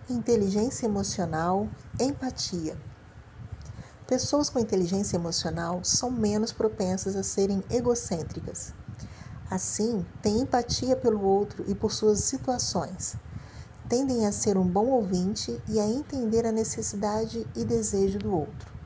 Inteligência emocional, empatia. Pessoas com inteligência emocional são menos propensas a serem egocêntricas. Assim, têm empatia pelo outro e por suas situações. Tendem a ser um bom ouvinte e a entender a necessidade e desejo do outro.